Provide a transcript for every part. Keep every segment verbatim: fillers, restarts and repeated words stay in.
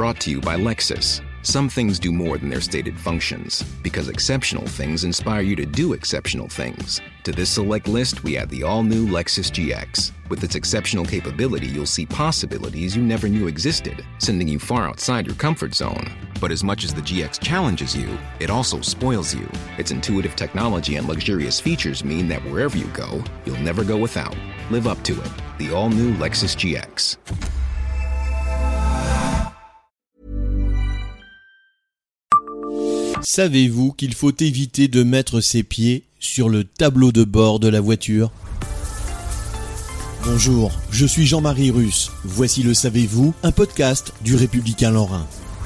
Brought to you by Lexus. Some things do more than their stated functions, because exceptional things inspire you to do exceptional things. To this select list, we add the all-new Lexus G X. With its exceptional capability, you'll see possibilities you never knew existed, sending you far outside your comfort zone. But as much as the G X challenges you, it also spoils you. Its intuitive technology and luxurious features mean that wherever you go, you'll never go without. Live up to it. The all-new Lexus G X. Savez-vous qu'il faut éviter de mettre ses pieds sur le tableau de bord de la voiture ? Bonjour, je suis Jean-Marie Russe. Voici le Savez-vous, un podcast du Républicain Lorrain.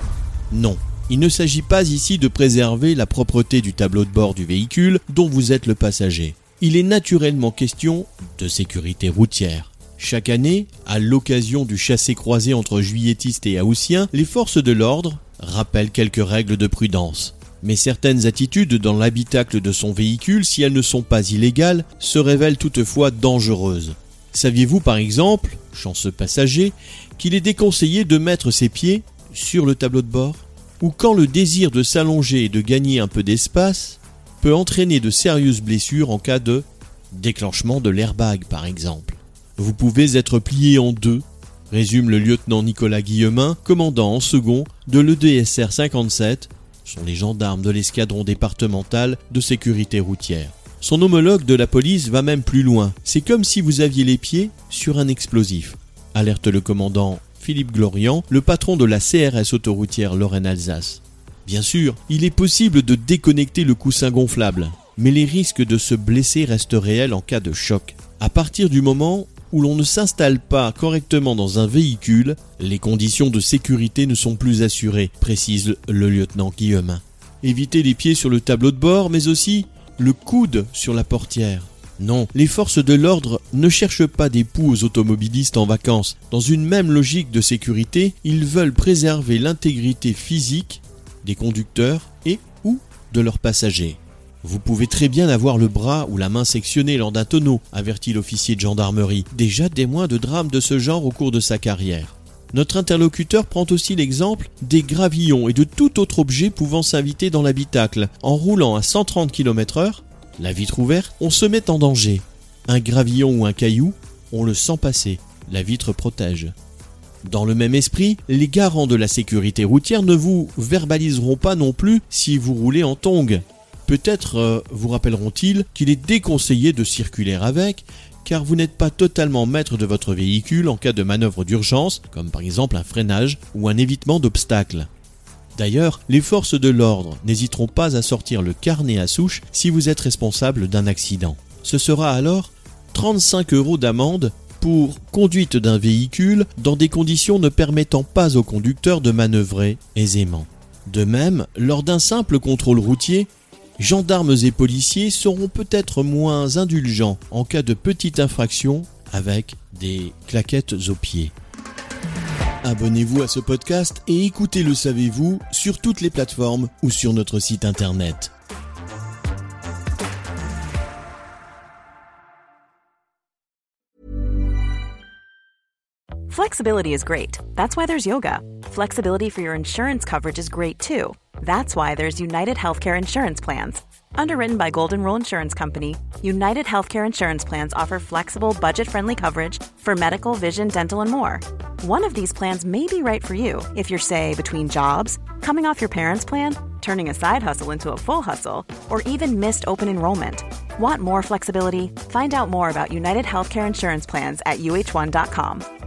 Non, il ne s'agit pas ici de préserver la propreté du tableau de bord du véhicule dont vous êtes le passager. Il est naturellement question de sécurité routière. Chaque année, à l'occasion du chassé-croisé entre juilletistes et haussiens, les forces de l'ordre rappellent quelques règles de prudence. Mais certaines attitudes dans l'habitacle de son véhicule, si elles ne sont pas illégales, se révèlent toutefois dangereuses. Saviez-vous par exemple, chanceux passager, qu'il est déconseillé de mettre ses pieds sur le tableau de bord ? Ou quand le désir de s'allonger et de gagner un peu d'espace peut entraîner de sérieuses blessures en cas de déclenchement de l'airbag par exemple. Vous pouvez être plié en deux, résume le lieutenant Nicolas Guillemin, commandant en second de l'E D S R cinquante-sept, sont les gendarmes de l'escadron départemental de sécurité routière. Son homologue de la police va même plus loin. C'est comme si vous aviez les pieds sur un explosif, alerte le commandant Philippe Glorian, le patron de la C R S autoroutière Lorraine-Alsace. Bien sûr, il est possible de déconnecter le coussin gonflable, mais les risques de se blesser restent réels en cas de choc. À partir du moment où l'on ne s'installe pas correctement dans un véhicule, les conditions de sécurité ne sont plus assurées, précise le lieutenant Guillemin. Évitez les pieds sur le tableau de bord, mais aussi le coude sur la portière. Non, les forces de l'ordre ne cherchent pas des poux aux automobilistes en vacances. Dans une même logique de sécurité, ils veulent préserver l'intégrité physique des conducteurs et ou de leurs passagers. Vous pouvez très bien avoir le bras ou la main sectionnés lors d'un tonneau, avertit l'officier de gendarmerie, déjà témoin de drames de ce genre au cours de sa carrière. Notre interlocuteur prend aussi l'exemple des gravillons et de tout autre objet pouvant s'inviter dans l'habitacle. En roulant à cent trente kilomètres heure, la vitre ouverte, on se met en danger. Un gravillon ou un caillou, on le sent passer, la vitre protège. Dans le même esprit, les garants de la sécurité routière ne vous verbaliseront pas non plus si vous roulez en tongs. Peut-être euh, vous rappelleront-ils qu'il est déconseillé de circuler avec, car vous n'êtes pas totalement maître de votre véhicule en cas de manœuvre d'urgence, comme par exemple un freinage ou un évitement d'obstacles. D'ailleurs, les forces de l'ordre n'hésiteront pas à sortir le carnet à souche si vous êtes responsable d'un accident. Ce sera alors trente-cinq euros d'amende pour conduite d'un véhicule dans des conditions ne permettant pas au conducteur de manœuvrer aisément. De même, lors d'un simple contrôle routier, gendarmes et policiers seront peut-être moins indulgents en cas de petite infraction avec des claquettes aux pieds. Abonnez-vous à ce podcast et écoutez Le Savez-vous sur toutes les plateformes ou sur notre site internet. Flexibility is great. That's why there's yoga. Flexibility for your insurance coverage is great too. That's why there's United Healthcare Insurance Plans. Underwritten by Golden Rule Insurance Company, United Healthcare Insurance Plans offer flexible, budget-friendly coverage for medical, vision, dental, and more. One of these plans may be right for you if you're, say, between jobs, coming off your parents' plan, turning a side hustle into a full hustle, or even missed open enrollment. Want more flexibility? Find out more about United Healthcare Insurance Plans at U H one dot com.